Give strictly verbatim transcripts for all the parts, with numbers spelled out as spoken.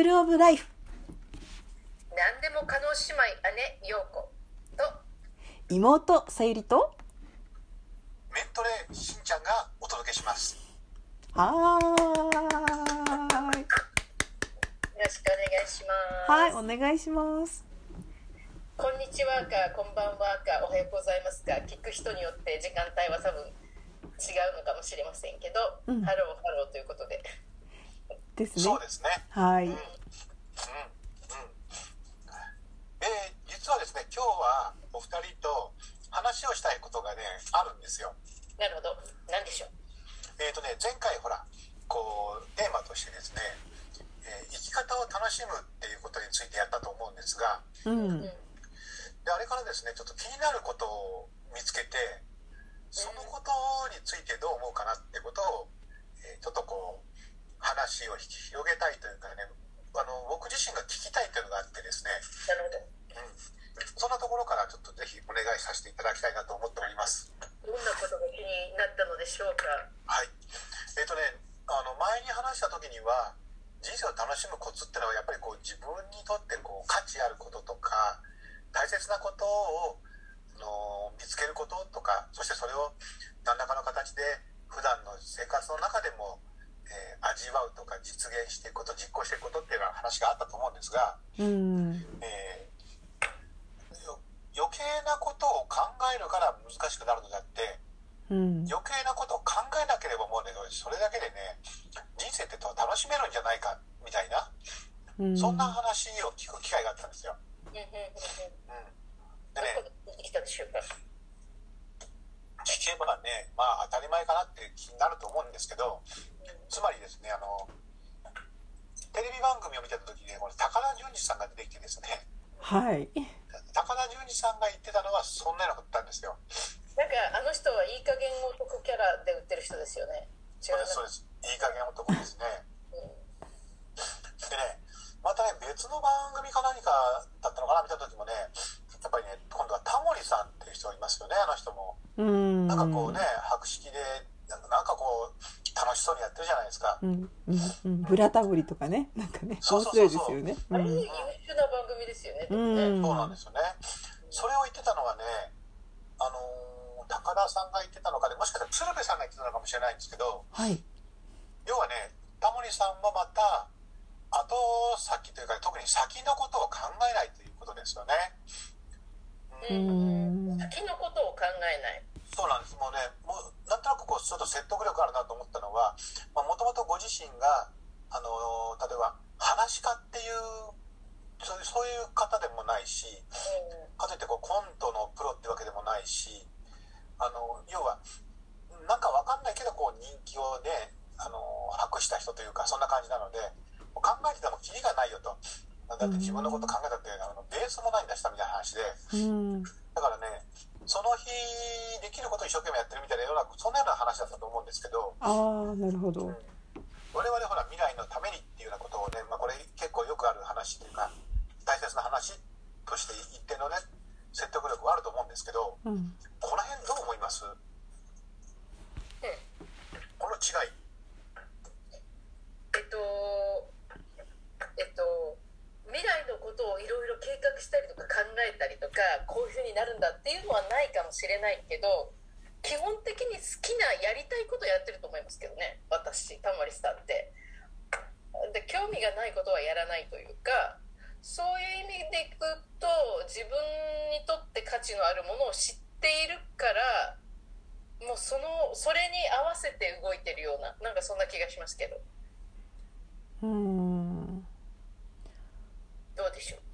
ルオブライフ。 何でも可能姉妹姉陽子と妹さゆりとメントレしんちゃんがお届けします。 はーい。 よろしくお願いします。 はい、お願いします。 こんにちはかこんばんはかおはようございますか、聞く人によって時間帯は多分違うのかもしれませんけど、うん、ハローハローということでですね。 そうですね。 はい。 うんうんうん、えー、実はですね、今日はお二人と話をしたいことがねあるんですよ。 なるほど。何でしょう。 えーとね、前回ほらこうテーマとしてですね、えー、生き方を楽しむっていうことについてやったと思うんですが、 うん、 であれからですね、ちょっと気になることを見つけて、そのことについてどう思うかなってことを、えー、ちょっとこう話を広げたいというかね、あの僕自身が聞きたいというのがあってですね。 なるほど。 うん、そんなところからちょっとぜひお願いさせていただきたいなと思っております。 どんなことが気になったのでしょうか。 はい。えっとね、あの前に話した時には、人生を楽しむコツってのはやっぱりこう自分にとってこう価値あることとか大切なことをの見つけることとか、そしてそれを何らかの形で普段の生活の中でも、えー、味わうとか実現していくこと、実行していくことっていうような話があったと思うんですが、 うん、 えー、余計なことを考えるから難しくなるのであって、うん、余計なことを考えなければもうね、それだけでね人生って楽しめるんじゃないかみたいな、うん、そんな話を聞く機会があったんですよ。うん、でね、 聞けたでしょうか。 聞けばね、まあ当たり前かなって気になると思うんですけど、つまりですね、あのテレビ番組を見てた時に、ね、これ高田純次さんが出てきてですね、 はい、 高田純次さんが言ってたのはそんなようなことなんですよ。 なんかあの人はいい加減男キャラで売ってる人ですよね。 そうですそうです、いい加減男ですね。うん、でね、またね別の番組か何かだったのかな見た時もね、やっぱりね今度はタモリさんっていう人がいますよね。あの人もうんなんかこうね博識でなんかこう楽しそうにやってるじゃないですか。 うんうんうん、ブラタモリとかね、なんかね、 そうそうそうそう、 面白いですよね。 あれ優秀な番組ですよね。 うん、 そうなんですよね。それを言ってたのはね、あのー、高田さんが言ってたのかで、もしかしたら鶴瓶さんが言ってたのかもしれないんですけど、 はい、 要はねタモリさんもまた後先というか特に先のことを考えないということですよね。 うん、先のことを考えない。そうなんです。 もうね、もうなんとなくこうちょっと説得力あるなと思ったのは、もともとご自身があの例えば話し家っていうそういう、そういう方でもないし、うん、かといってこうコントのプロってわけでもないし、あの要はなんかわかんないけどこう人気をねあの博した人というかそんな感じなので、考えててもキリがないよと。だって自分のこと考えたってあのベースもないんだしたみたいな話で、うん、だからねその日できることを一生懸命やってるみたいなようなそんなような話だったと思うんですけど、 ああなるほど、うん、 我々ほら未来のためにっていうようなことをね、まあ、これ結構よくある話というか大切な話として一定のね説得力はあると思うんですけど、うん、この辺どう思います？うん、この違い。 えっとえっと未来のことをいろいろ計画したりとか考えたりとかこういう風になるんだっていうのはないかもしれないけど、基本的に好きなやりたいことをやってると思いますけどね。私タモリさんってで興味がないことはやらないというか、そういう意味でいくと自分にとって価値のあるものを知っているからもうそのそれに合わせて動いてるような、なんかそんな気がしますけど。 うーん、 どうでしょう。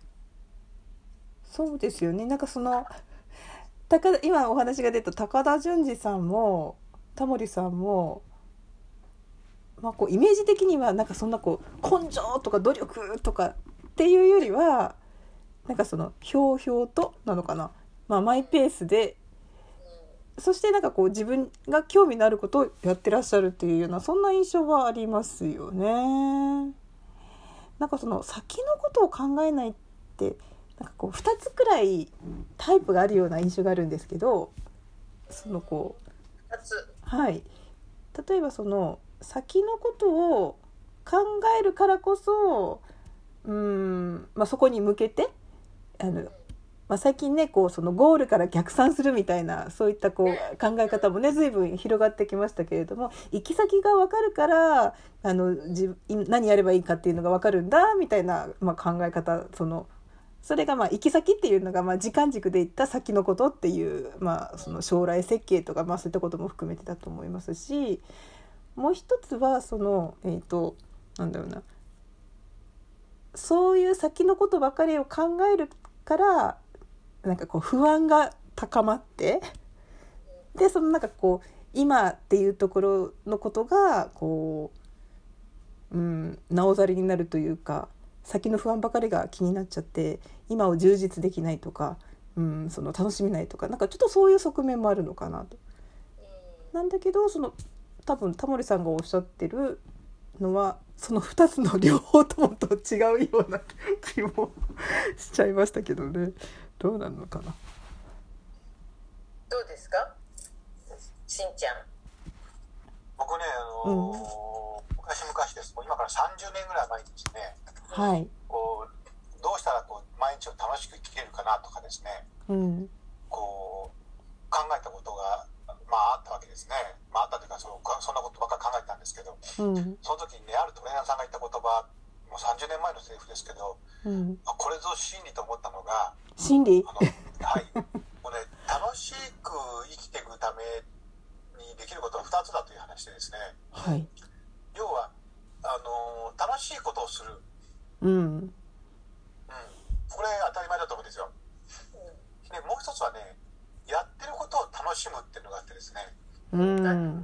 そうですよね。なんかその高田今お話が出た高田純次さんもタモリさんも、まあ、こうイメージ的にはなんかそんなこう根性とか努力とかっていうよりはなんかそのひょうひょうとなのかな、まあ、マイペースで、そしてなんかこう自分が興味のあることをやってらっしゃるっていうようなそんな印象はありますよね。なんかその先のことを考えないってなんかこうふたつくらいタイプがあるような印象があるんですけど、そのこう、 ふたつ、 はい、例えばその先のことを考えるからこそ、うーん、まあ、そこに向けてあの、まあ、最近ねこうそのゴールから逆算するみたいなそういったこう考え方もね随分広がってきましたけれども、行き先が分かるからあの自何やればいいかっていうのが分かるんだみたいな、まあ、考え方、そのそれがまあ行き先っていうのがまあ時間軸でいった先のことっていう、まあ、その将来設計とか、まあ、そういったことも含めてだと思いますし、もう一つはそのえっとなんだろうな、そういう先のことばかりを考えるからなんかこう不安が高まって、でそのなんかこう今っていうところのことがこう、うん、なおざりになるというか、先の不安ばかりが気になっちゃって今を充実できないとか、うん、その楽しめないとか、なんかちょっとそういう側面もあるのかなと。なんだけどその多分タモリさんがおっしゃってるのはそのふたつの両方ともと違うような気もしちゃいましたけどね。どうなのかな。 どうですか、しんちゃん。 僕ね、あのーうん、昔々です。もう今からさんじゅうねんぐらい前にですね、 はい、 こうどうしたらこう毎日を楽しく生きれるかなとかですね、うん、こう考えたことがまああったわけですね。まああったというかそのそんなことばっかり考えてたんですけど、うん、その時にねあるトレーナーさんが言った言葉、もうさんじゅうねんまえのセリフですけど、うん、これぞ真理と思ったのが、 真理、 あのはいもうね、楽しく生きていくためにできることはふたつだという話でですね、 はい、 要はあの楽しいことをする、 うんうん、 これ当たり前だと思うんですよ。でもう一つはね、やってることを楽しむっていうのがあってですね、 うん、うん、 なん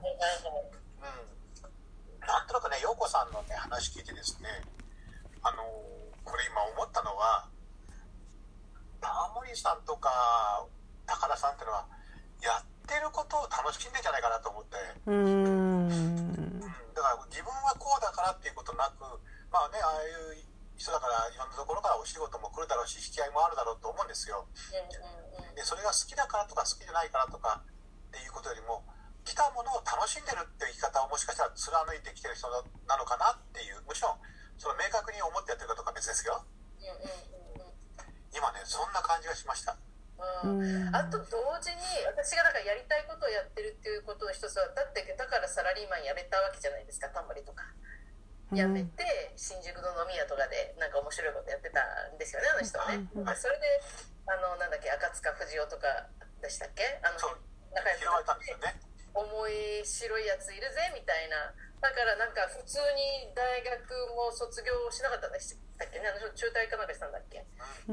となくね、陽子さんのね話聞いてですね、あのこれ今思ったのは、タモリさんとか高田さんっていうのはやってることを楽しんでんじゃないかなと思って、 うーん、 だから自分はこうだからっていうことなく、まあね、ああいう人だからいろんなところからお仕事も来るだろうし、引き合いもあるだろうと思うんですよ。でそれが好きだからとか好きじゃないからとかっていうことよりも、来たものを楽しんでるっていう生き方をもしかしたら貫いてきてる人なのかなっていう、もちろんその明確に思ってやってるかとか別ですよ。今ねそんな感じがしました。 うん、あと同時に私がだからやりたいことをやってるっていうことの一つは、だってだからサラリーマン辞めたわけじゃないですか。タモリとか辞めて新宿の飲み屋とかでなんか面白いことやってたんですよね、あの人はね、うん、それであのなんだっけ、赤塚不二夫とかでしたっけ、あの仲良くなって面白いやついるぜみたいな。だからなんか普通に大学も卒業しなかったんでしたっけね、あの中退かなんかしたんだっけ、うん、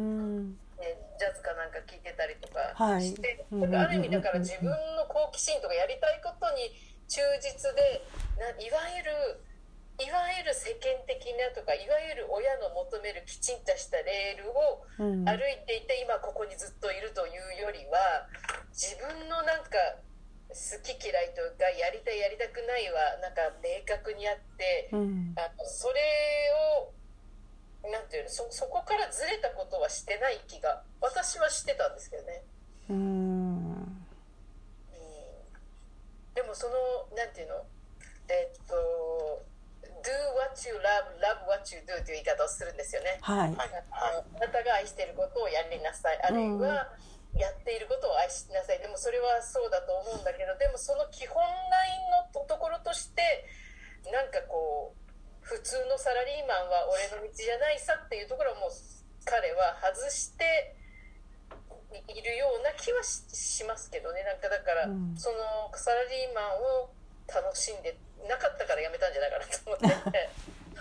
ジャズかなんか聴いてたりとかして、はい、ある意味だから自分の好奇心とかやりたいことに忠実で、ないわゆるいわゆる世間的なとか、いわゆる親の求めるきちんとしたレールを歩いていて、今ここにずっといるというよりは、自分のなんか好き嫌いとかやりたいやりたくないはなんか明確にあって、うん、あのそれをなんていうの、 そ, そこからずれたことはしてない気が私はしてたんですけどね。うーん、うん、でもそのなんていうの、えっと do what you love, love what you do という言い方をするんですよね。 はい、 あなたが愛していることをやりなさい、あるいは、うんやっていることを愛しなさい。でもそれはそうだと思うんだけど、でもその基本ラインのところとしてなんかこう普通のサラリーマンは俺の道じゃないさっていうところをもう彼は外しているような気は し, しますけどね。なんかだから、うん、そのサラリーマンを楽しんでなかったから辞めたんじゃないかなと思って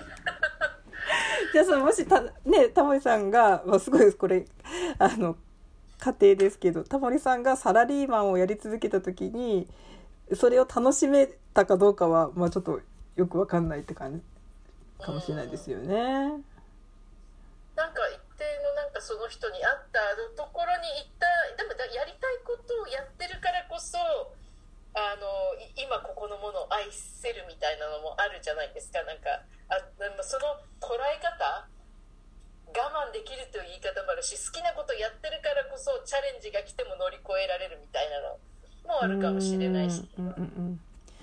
じゃあそのもしたね、タモリさんが、まあ、すごいこれあの家庭ですけど、タモリさんがサラリーマンをやり続けた時にそれを楽しめたかどうかは、まあ、ちょっとよく分かんないって感じかもしれないですよね。 うん、なんか一定のなんかその人に合ったところに行った。でもやりたいことをやってるからこそあの今ここのものを愛せるみたいなのもあるじゃないですか。なんかあその捉え方、我慢できるという言い方もあるし、好きなことやってるからこそチャレンジが来ても乗り越えられるみたいなのもあるかもしれないし、 うんうんうん、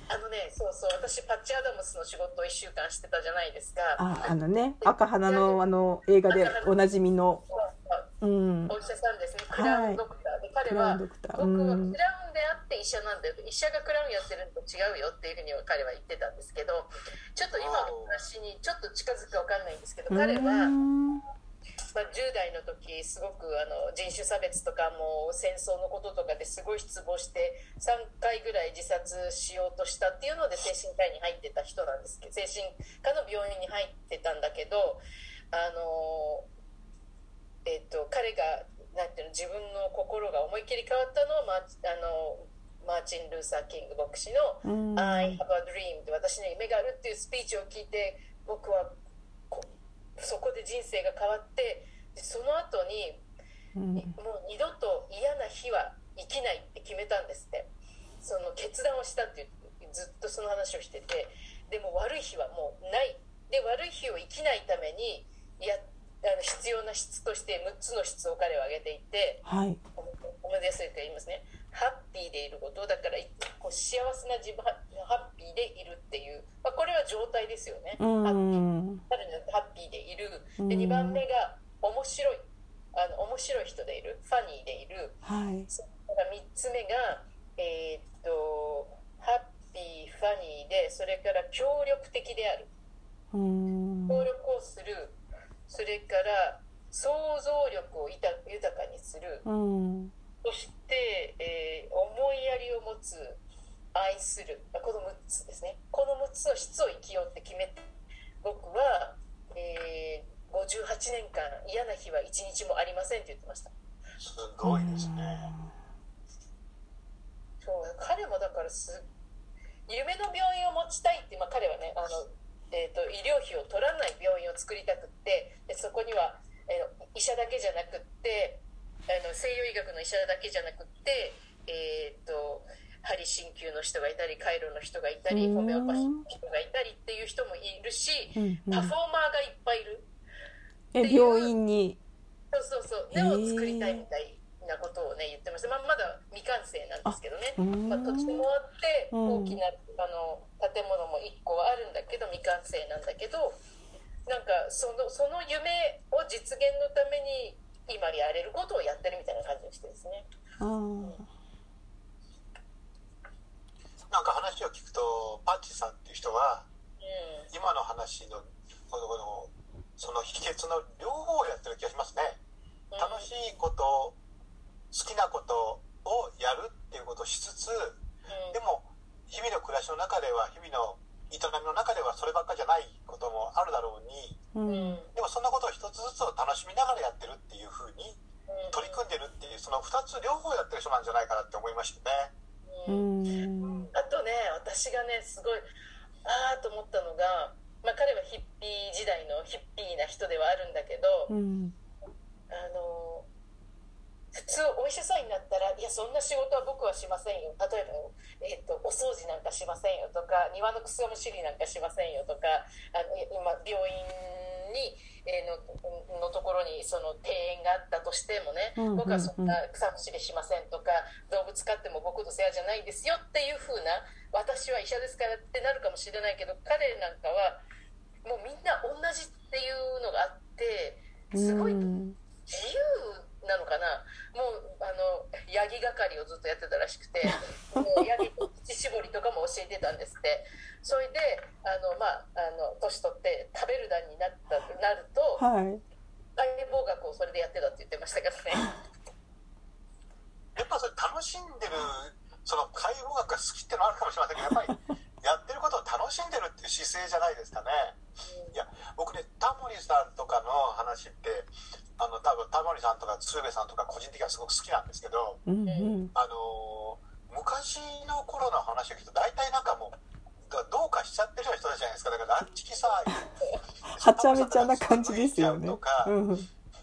あのね、そうそう、私パッチ・アダムスの仕事をいっしゅうかんしてたじゃないですか。 あ、あのね、赤花のあの映画でおなじみの、うん、 お医者さんですね、クラウンドクターで、はい、彼は僕はクラウンであって医者なんだよ、医者がクラウンやってるのと違うよっていうふうに彼は言ってたんですけど、ちょっと今の話にちょっと近づくか分かんないんですけど、彼はまあ、じゅう代の時すごくあの人種差別とかも戦争のこととかですごい失望してさんかいぐらい自殺しようとしたっていうので精神科医に入ってた人なんですけど、精神科の病院に入ってたんだけど、あの、えっと、彼がなんていうの、自分の心が思いっきり変わったのは、まあ、あのマーチン・ルーサー・キング牧師の「I have a dream」で私に夢があるっていうスピーチを聞いて、僕はそこで人生が変わって、その後に、うん、もう二度と嫌な日は生きないって決めたんですって。その決断をしたっていうずっとその話をしてて、でも悪い日はもうないで、悪い日を生きないためにやあの必要な質としてむっつの質を彼は挙げていて、 はい、 思い出せて言いますね。ハッピーでいること、だからこう幸せな自分、ハッピーでいるっていう、まあ、これは状態ですよね。 うん、 ハッピー、彼にとってハッピーでいる。でにばんめが面白い、あの面白い人でいる、ファニーでいる、 はい、 それからみっつめが、えー、っとハッピー、ファニーで、それから協力的である、 うん、 協力をする、それから想像力を豊かにする、 うん、 そして、えー、思いやりを持つ、愛する、このむっつですね。このむっつの質を生きようって決めて、僕は、えー、ごじゅうはちねんかん嫌な日は一日もありませんって言ってました。 すごいですね。 そう、彼もだからす夢の病院を持ちたいって、まあ、彼はね、あの、えーと、医療費を取らない病院を作りたくって、でそこには、えー、医者だけじゃなくって、あの西洋医学の医者だけじゃなくって、えー、と針鍼灸の人がいたり、カイロの人がいたり、ホメオパシーの人がいたりっていう人もいるし、うんうん、パフォーマーがいっぱいいるっていう、え病院にそうそうそう、を作りたいみたいなことをね言ってました。まあ、まだ未完成なんですけどね、まあ、土地もあって大きなあの建物もいっこはあるんだけど未完成なんだけど、なんかその、その夢を実現のために今やれることをやってるみたいな感じがしてですね。 あ、うん、 なんか話を聞くとパッチさんっていう人は、うん、今の話のこのこのその秘訣の両方をやってる気がしますね。うん、楽しいこと、好きなことをやるっていうことをしつつ、うん、でも日々の暮らしの中では、日々の営みの中ではそればっかじゃないこともあるだろうに、うん、でもそんなことを一つずつを楽しみながらやってるっていう風に取り組んでるっていう、そのふたつ両方やってる人なんじゃないかなって思いましたね。 うん、あとね、私がねすごいあーと思ったのが、まあ、彼はヒッピー時代のヒッピーな人ではあるんだけど、うん、あの普通お医者さんになったら、いやそんな仕事は僕はしませんよ、例えば、えー、とお掃除なんかしませんよとか、庭の草むしりなんかしませんよとか、あの今病院に、えー、の, のところにその庭園があったとしてもね、うんうんうん、僕はそんな草むしりしませんとか、動物飼っても僕の世話じゃないですよっていう風な、私は医者ですからってなるかもしれないけど、彼なんかはもうみんな同じっていうのがあって、すごい自由なのかな。もうあのヤギ係をずっとやってたらしくて、もうヤギの乳搾りとかも教えてたんですって。それであの、まあ、あの年取って食べる段になったなると、はい、解剖学をそれでやってたって言ってましたからね。 やっぱそれ楽しんでる、その解剖学が好きってのはあるかもしれませんけど、やっぱりやってることを楽しんでるっていう姿勢じゃないですかね。うん、いや僕ね、タモリさんとかの話ってあの多分タモリさんとか鶴瓶さんとか個人的にはすごく好きなんですけど、うんうん、あの昔の頃の話を聞くと大体なんかもうどうかしちゃってるような人たちじゃないですか。だからあっちきさはちゃめちゃな感じですよね。とか、うん、 ね、なんか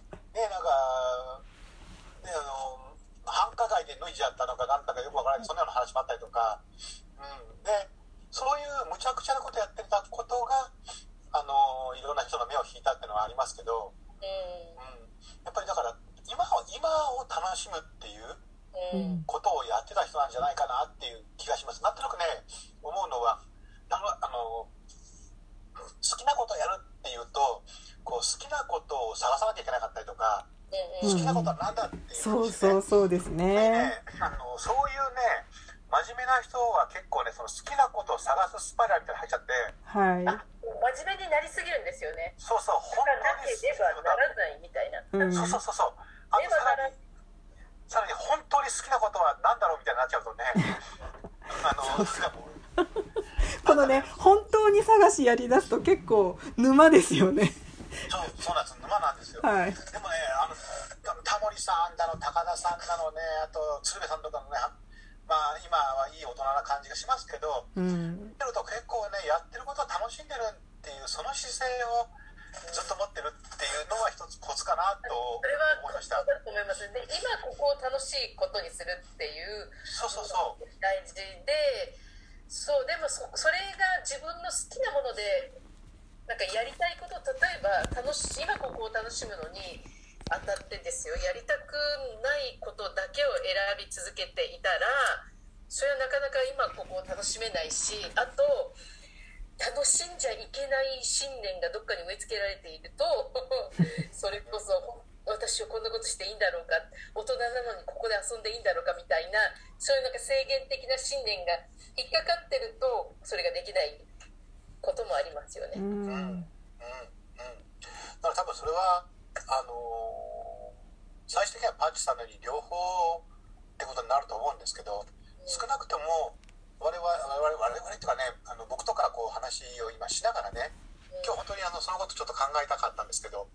ね、あの繁華街で脱いじゃったのかなんだかよくわからない、そんなような話もあったりとか、うん、でそういうむちゃくちゃなことやってたことがあのいろんな人の目を引いたっていうのはありますけど、うんうん、やっぱりだから今を今を楽しむっていうことをやってた人なんじゃないかなっていう気気がします。なんとなくね思うのはあのあの好きなことをやるっていうとこう好きなことを探さなきゃいけなかったりとか、 うんうん、 好きなことは何だっていう、ね、 そうそうそうですね。 あのそういうね真面目な人は結構ねその好きなことを探すスパイラルみたいなの入っちゃって、 はい、 真面目になりすぎるんですよね。 そうそう本当なければならないみたいな、 うん、 そうそうそうそう、あとさらにさらに本当に好きなことは何だろうみたいになっちゃうとねあのそうそうこのね本当に探しやりだすと結構沼ですよね。 そうそうなんです、沼なんですよ、 はい、 でもねあのタモリさんだの高田さんだのね、あと鶴瓶さんとかのね、まあ今はいい大人な感じがしますけど、 うん、 見てると結構ねやってることは楽しんでるっていうその姿勢をずっと持ってるっていうのは一つコツかなと思いました。 それはコツだと思います。で今ここを楽しいことにするっていうそうそうそう大事で、そうでも そ, それが自分の好きなものでなんかやりたいこと、例えば楽し今ここを楽しむのにあたってですよ、やりたくないことだけを選び続けていたらそれはなかなか今ここを楽しめないし、あと楽しんじゃいけない信念がどっかに植え付けられているとそれこそ私はこんなことしていいんだろうか、大人なのにここで遊んでいいんだろうかみたいな、そういうなんか制限的な信念が引っかかってるとそれができないこともありますよね。 うん、 うんうんうん、だから多分それはあのー、最終的にはパッチさんのように両方ってことになると思うんですけど、うん、少なくとも我々我々我々っていうかね、あの僕とかこう話を今しながらね、うん、今日本当にあのそのことちょっと考えたかったんですけど、うん、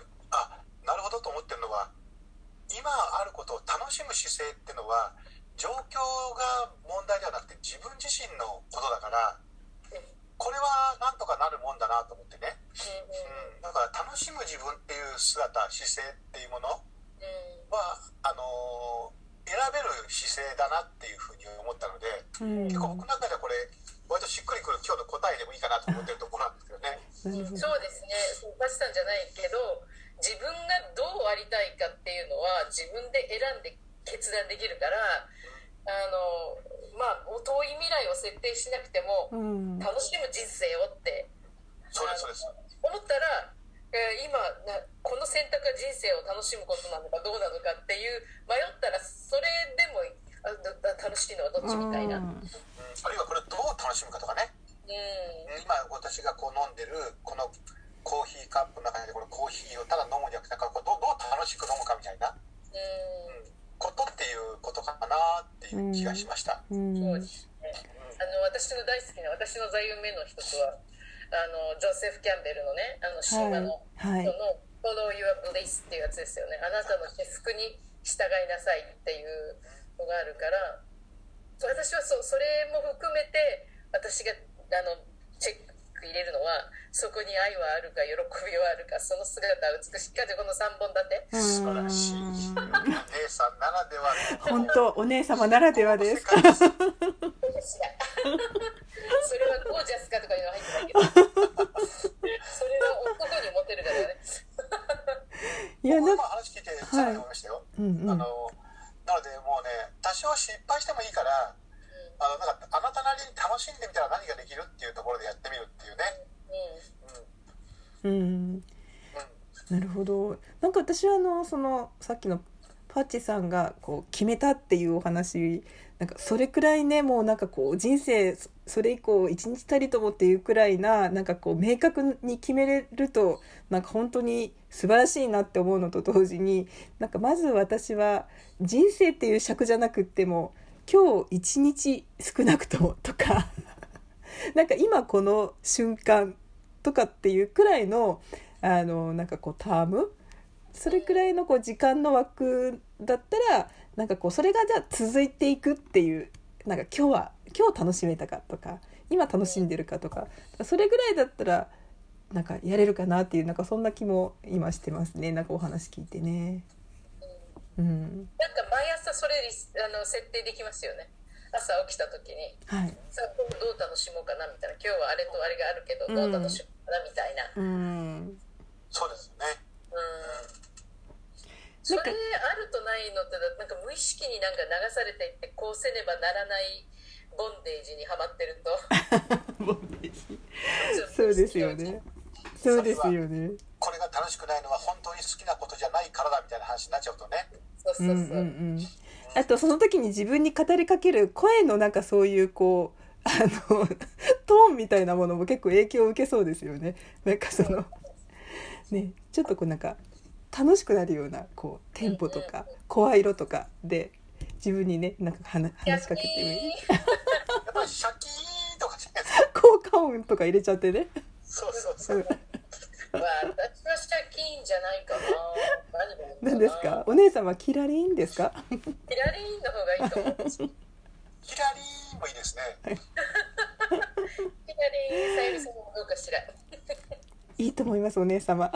あ、なるほどと思ってるのは、今あることを楽しむ姿勢っていうのは状況が問題ではなくて自分自身のことだから、これはなんとかなるもんだなと思ってね、うん、だから楽しむ自分っていう姿、姿勢っていうものはあのー、選べる姿勢だなっていうふうに思ったので、うん、結構僕の中ではこれ割としっくりくる今日の答えでもいいかなと思ってるところなんですけどね。 うん、そうですね、パチさんじゃないけど自分がどうありたいかっていうのは自分で選んで決断できるから、あのまあ遠い未来を設定しなくても、うん、楽しむ人生をってそうですそうです思ったら、えー、今なこの選択が人生を楽しむことなのかどうなのかっていう迷ったらそれでもあ楽しいのはどっちみたいな、うん、 あるいはこれどう楽しむかとかね、うん、今私がこう飲んでるこのコーヒーカップの中でこのコーヒーをただ飲むんじゃなくてどう、どう楽しく飲むかみたいな、うんうん、ことっていうことかなっていう気がしました、 うんうん、そうですね、あの私の大好きな私の座右銘の一つはあのジョセフ・キャンベルのね、あの神話の、はいはい、その Follow your bliss っていうやつですよね。あなたの至福に従いなさいっていうのがあるから、私は そ, それも含めて私があのチェック入れるのは、そこに愛はあるか喜びはあるか、その姿は美しいかで、このさんぼん立て。 素晴らしいお姉さんならでは本当お姉様ならではですそれはゴージャスかとかいうのは入ってないけどそれは男にモテるからねいや僕は話聞いてさらに思いましたよ、はい、うんうん、あのなのでもうね多少失敗してもいいから、うん、あのなんかあなたなりに楽しんでみたら何ができるっていうところでやってみるっていうね、 うんうんうんうん、なるほど。なんか私はあのそのさっきのパッチさんがこう決めたっていうお話、なんかそれくらいね、もうなんかこう人生それ以降一日たりともっていうくらいな、なんかこう明確に決めれるとなんか本当に素晴らしいなって思うのと同時に、なんかまず私は人生っていう尺じゃなくっても今日一日少なくともとかなんか今この瞬間とかっていうくらいのあのなんかこうターム、それくらいのこう時間の枠だったら、なんかこうそれがじゃあ続いていくっていう、なんか今日は今日楽しめたかとか今楽しんでるかとか、それぐらいだったらなんかやれるかなっていう、なんかそんな気も今してますね。なんかお話聞いてね、うん、 なんか毎朝それあの設定できますよね。朝起きた時に、はい、さあ今日どう楽しもうかなみたいな、今日はあれとあれがあるけどどう楽しもうかなみたいな、 うんうん、そうですね、うん、 それあるとないのってなんか無意識になんか流されていって、こうせねばならないボンデージにはまってるとボンデージそうですよね。そうですよね。 これが楽しくないのは本当に好きなことじゃないからだみたいな話になっちゃうとね。 そうそうそう、うんうんうん、 あとその時に自分に語りかける声のなんかそういうこうあのトーンみたいなものも結構影響を受けそうですよね。なんかそのね、ちょっとこうなんか楽しくなるようなこうテンポとか声色とかで自分にねなんか話しかけてみる。 やっぱりシャキーンとかじゃないですか。 効果音とか入れちゃってね。 そうそうそう。 まあ、私はシャキーンじゃないかな。何が何ですか。お姉様キラリンですか。 キラリンの方がいいと思うんです。 キラリンもいいですね。 キラリン、さゆりさんもどうかしら。 いいと思いますお姉様。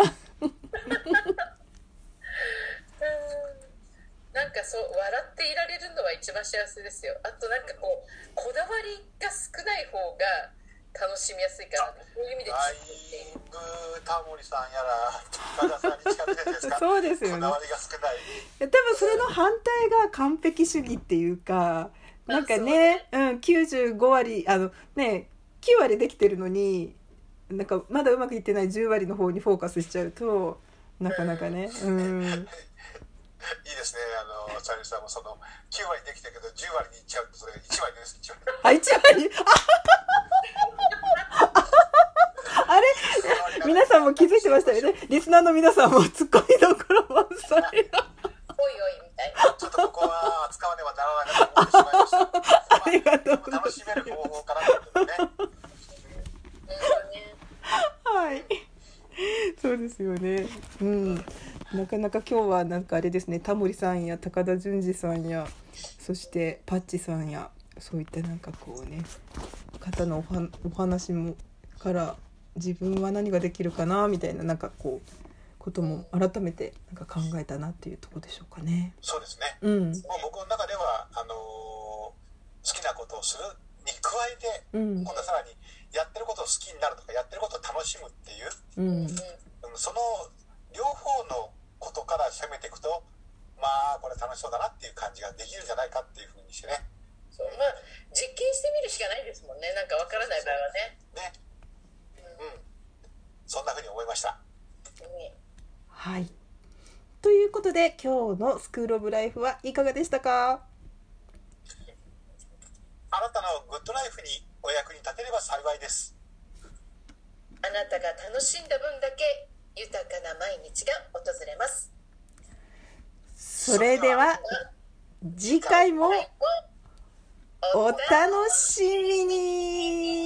なんかそう笑っていられるのは一番幸せですよ。あとなんかこうこだわりが少ない方が楽しみやすいから、ね、そういう意味でだいぶタモリさんやら高田さんに近づいてるんですか。 そうですよね。 こだわりが少ない。 多分それの反対が完璧主義っていうか、なんかね、うん、きゅうじゅうごわりあのねきゅうわりできてるのになんかまだうまくいってないじゅうわりの方にフォーカスしちゃうとなかなかね、うん。いいですね。あのさゆりさんもそのきゅうわりできてるけどじゅうわりにいっちゃうとそれいちわりです。いちわり。 あ、いちわり。あれ皆さんも気づいてましたよね。リスナーの皆さんもツッコミどころ満載。 おいおいみたいな。 ちょっとここは扱わねばならないなと思ってしまいました。 ありがとうございます。 楽しめる方法かなということね。 はい。そうですよね。うん。なかなか今日はなんかあれですね。タモリさんや高田純次さんやそしてパッチさんやそういったなんかこうね方のおはお話もから自分は何ができるかなみたいななんかこうことも改めてなんか考えたなっていうところでしょうかね。 そうですね。 うん。 もう僕の中ではあのー、好きなことをするに加えて、うん、今度はさらにやってることを好きになるとかやってることを楽しむっていう、うん、その両方のことから攻めていくとまあこれ楽しそうだなっていう感じができるんじゃないかっていうふうにしてね。 そう、まあ実験してみるしかないですもんね。なんかわからない場合はね。 ね、うん、うん、そんなふうに思いました。 うん、 はい。ということで今日のスクールオブライフはいかがでしたか。 あなたのグッドライフにお役に立てれば幸いです。 あなたが楽しんだ分だけ豊かな毎日が訪れます。 それでは次回もお楽しみに。